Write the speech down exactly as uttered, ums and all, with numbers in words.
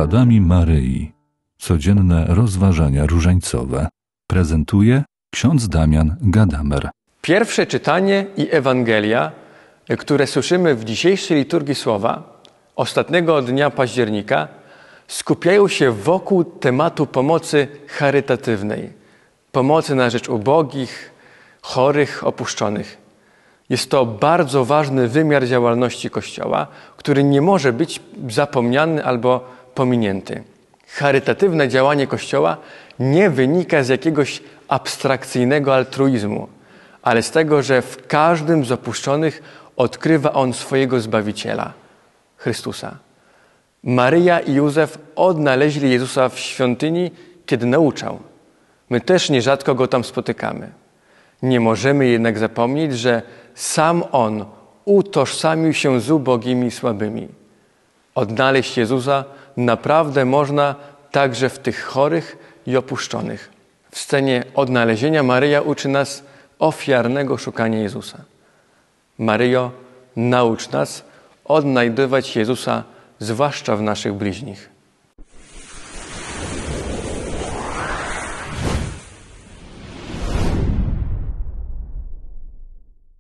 śladami Maryi. Codzienne rozważania różańcowe prezentuje ksiądz Damian Gadamer. Pierwsze czytanie i Ewangelia, które słyszymy w dzisiejszej liturgii słowa, ostatniego dnia października, skupiają się wokół tematu pomocy charytatywnej, pomocy na rzecz ubogich, chorych, opuszczonych. Jest to bardzo ważny wymiar działalności Kościoła, który nie może być zapomniany albo pominięty. Charytatywne działanie Kościoła nie wynika z jakiegoś abstrakcyjnego altruizmu, ale z tego, że w każdym z opuszczonych odkrywa on swojego Zbawiciela, Chrystusa. Maryja i Józef odnaleźli Jezusa w świątyni, kiedy nauczał. My też nierzadko Go tam spotykamy. Nie możemy jednak zapomnieć, że sam On utożsamił się z ubogimi i słabymi. Odnaleźć Jezusa naprawdę można także w tych chorych i opuszczonych. W scenie odnalezienia Maryja uczy nas ofiarnego szukania Jezusa. Maryjo, naucz nas odnajdywać Jezusa, zwłaszcza w naszych bliźnich.